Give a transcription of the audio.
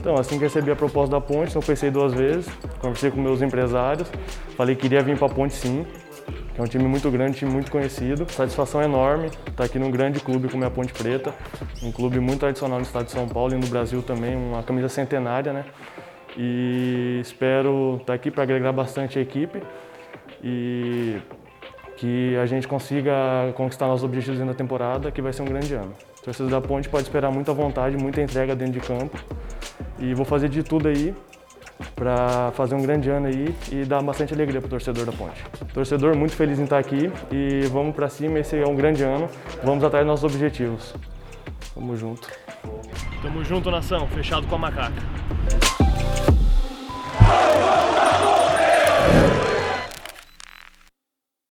Então, assim que recebi a proposta da Ponte, não pensei duas vezes, conversei com meus empresários, falei que queria vir para a Ponte sim, que é um time muito grande, um time muito conhecido. Satisfação enorme estar aqui num grande clube como é a Ponte Preta, um clube muito tradicional no estado de São Paulo e no Brasil também, uma camisa centenária, né? E espero estar aqui para agregar bastante a equipe e que a gente consiga conquistar nossos objetivos na temporada, que vai ser um grande ano. O torcedor da Ponte pode esperar muita vontade, muita entrega dentro de campo e vou fazer de tudo aí para fazer um grande ano aí e dar bastante alegria para o torcedor da Ponte. Torcedor muito feliz em estar aqui e vamos para cima, esse é um grande ano, vamos atrás dos nossos objetivos. Tamo junto. Tamo junto, nação, fechado com a macaca.